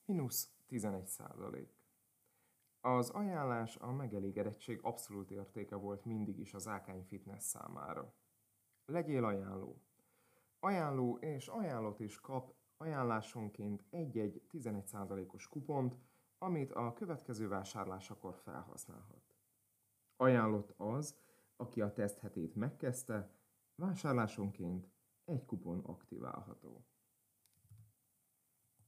-11%. Az ajánlás a megelégedettség abszolút értéke volt mindig is az Ákány Fitness számára. Legyél ajánló. Ajánló és ajánlott is kap ajánlásonként egy-egy 11%-os kupont, amit a következő vásárlásakor felhasználhat. Ajánlott az, aki a teszt hetét megkezdte, vásárlásonként egy kupon aktiválható.